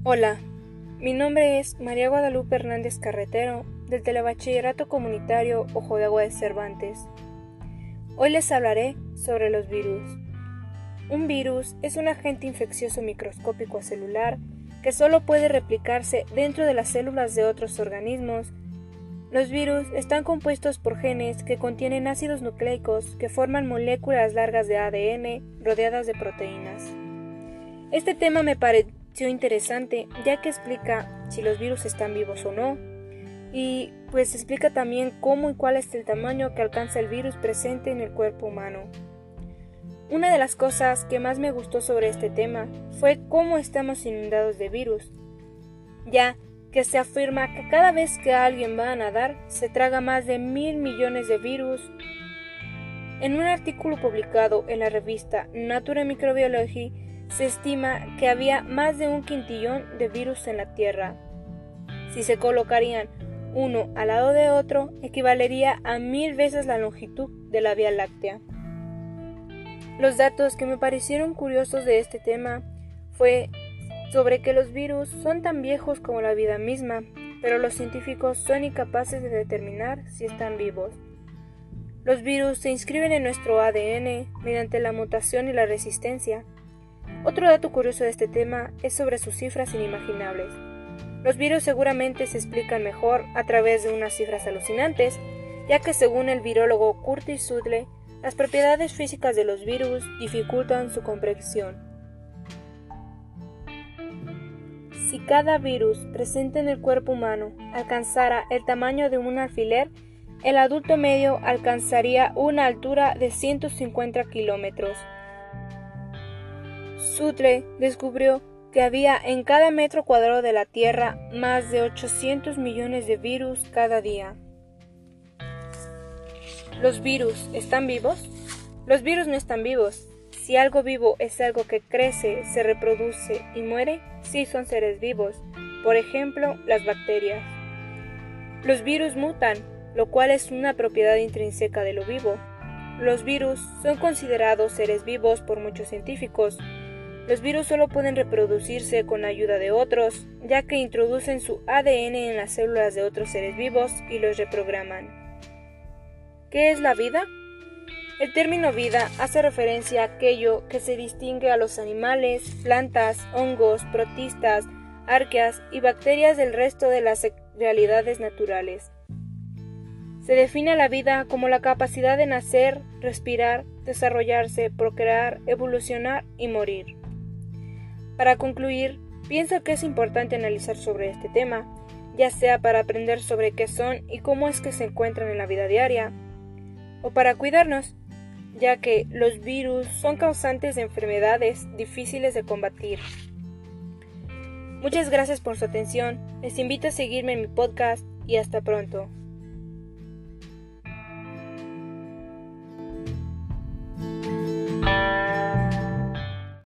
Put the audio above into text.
Hola, mi nombre es María Guadalupe Hernández Carretero, del Telebachillerato Comunitario Ojo de Agua de Cervantes. Hoy les hablaré sobre los virus. Un virus es un agente infeccioso microscópico celular que solo puede replicarse dentro de las células de otros organismos. Los virus están compuestos por genes que contienen ácidos nucleicos que forman moléculas largas de ADN rodeadas de proteínas. Este tema me pareció interesante ya que explica si los virus están vivos o no y pues explica también cómo y cuál es el tamaño que alcanza el virus presente en el cuerpo humano. Una de las cosas que más me gustó sobre este tema fue cómo estamos inundados de virus, ya que se afirma que cada vez que alguien va a nadar se traga más de 1.000 millones de virus. En un artículo publicado en la revista Nature Microbiology se estima que había más de 1 quintillón de virus en la Tierra. Si se colocarían uno al lado de otro, equivalería a 1.000 veces la longitud de la Vía Láctea. Los datos que me parecieron curiosos de este tema fue sobre que los virus son tan viejos como la vida misma, pero los científicos son incapaces de determinar si están vivos. Los virus se inscriben en nuestro ADN mediante la mutación y la resistencia. Otro dato curioso de este tema es sobre sus cifras inimaginables. Los virus seguramente se explican mejor a través de unas cifras alucinantes, ya que según el virólogo Curtis Sudle, las propiedades físicas de los virus dificultan su comprensión. Si cada virus presente en el cuerpo humano alcanzara el tamaño de un alfiler, el adulto medio alcanzaría una altura de 150 kilómetros. Sudle descubrió que había en cada metro cuadrado de la Tierra más de 800 millones de virus cada día. ¿Los virus están vivos? Los virus no están vivos. Si algo vivo es algo que crece, se reproduce y muere, sí son seres vivos. Por ejemplo, las bacterias. Los virus mutan, lo cual es una propiedad intrínseca de lo vivo. Los virus son considerados seres vivos por muchos científicos. Los virus solo pueden reproducirse con la ayuda de otros, ya que introducen su ADN en las células de otros seres vivos y los reprograman. ¿Qué es la vida? El término vida hace referencia a aquello que se distingue a los animales, plantas, hongos, protistas, arqueas y bacterias del resto de las realidades naturales. Se define a la vida como la capacidad de nacer, respirar, desarrollarse, procrear, evolucionar y morir. Para concluir, pienso que es importante analizar sobre este tema, ya sea para aprender sobre qué son y cómo es que se encuentran en la vida diaria, o para cuidarnos, ya que los virus son causantes de enfermedades difíciles de combatir. Muchas gracias por su atención, les invito a seguirme en mi podcast y hasta pronto.